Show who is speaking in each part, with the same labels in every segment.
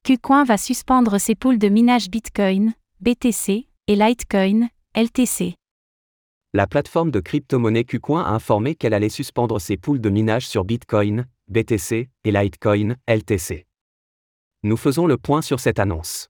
Speaker 1: KuCoin va suspendre ses pools de minage Bitcoin, BTC, et Litecoin, LTC.
Speaker 2: La plateforme de crypto-monnaie KuCoin a informé qu'elle allait suspendre ses pools de minage sur Bitcoin, BTC et Litecoin, LTC. Nous faisons le point sur cette annonce.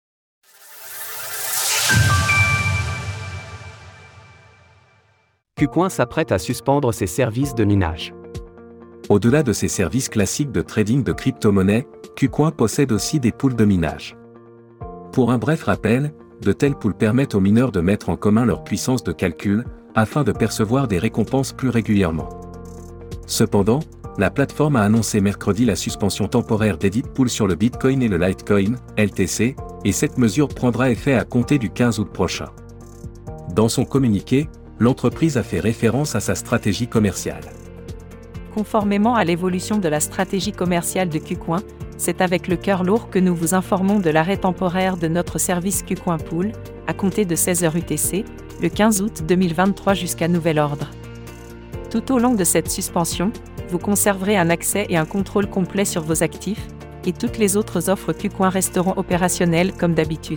Speaker 2: KuCoin s'apprête à suspendre ses services de minage.
Speaker 3: Au-delà de ses services classiques de trading de crypto-monnaies, KuCoin possède aussi des pools de minage. Pour un bref rappel, de tels pools permettent aux mineurs de mettre en commun leur puissance de calcul, afin de percevoir des récompenses plus régulièrement. Cependant, la plateforme a annoncé mercredi la suspension temporaire des dits pools sur le Bitcoin et le Litecoin, LTC, et cette mesure prendra effet à compter du 15 août prochain. Dans son communiqué, l'entreprise a fait référence à sa stratégie commerciale.
Speaker 4: Conformément à l'évolution de la stratégie commerciale de KuCoin, c'est avec le cœur lourd que nous vous informons de l'arrêt temporaire de notre service KuCoin Pool, à compter de 16h UTC, le 15 août 2023 jusqu'à nouvel ordre. Tout au long de cette suspension, vous conserverez un accès et un contrôle complet sur vos actifs, et toutes les autres offres KuCoin resteront opérationnelles comme d'habitude.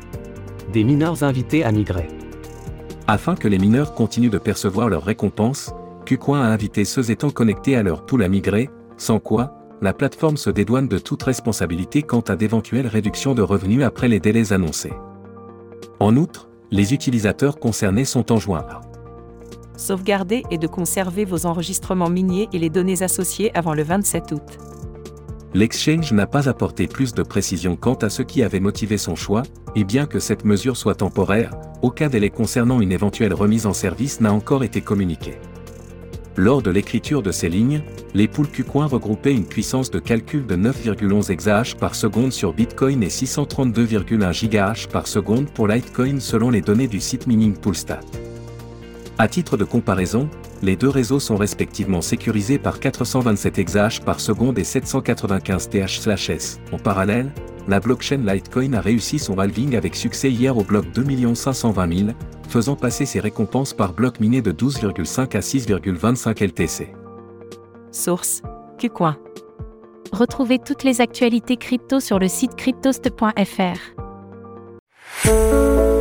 Speaker 2: Des mineurs invités à migrer.
Speaker 3: Afin que les mineurs continuent de percevoir leurs récompenses, KuCoin a invité ceux étant connectés à leur pool à migrer, sans quoi, la plateforme se dédouane de toute responsabilité quant à d'éventuelles réductions de revenus après les délais annoncés. En outre, les utilisateurs concernés sont enjoints à
Speaker 4: sauvegarder et de conserver vos enregistrements miniers et les données associées avant le 27 août.
Speaker 3: L'exchange n'a pas apporté plus de précision quant à ce qui avait motivé son choix, et bien que cette mesure soit temporaire, aucun délai concernant une éventuelle remise en service n'a encore été communiqué. Lors de l'écriture de ces lignes, les pools KuCoin regroupaient une puissance de calcul de 9,11 exahash par seconde sur Bitcoin et 632,1 gigahash par seconde pour Litecoin selon les données du site Mining Poolstat. À titre de comparaison, les deux réseaux sont respectivement sécurisés par 427 exahash par seconde et 795 TH/s. En parallèle, la blockchain Litecoin a réussi son halving avec succès hier au bloc 2 520 000, faisant passer ses récompenses par bloc miné de 12,5 à 6,25 LTC.
Speaker 4: Source: KuCoin.
Speaker 1: Retrouvez toutes les actualités crypto sur le site cryptost.fr.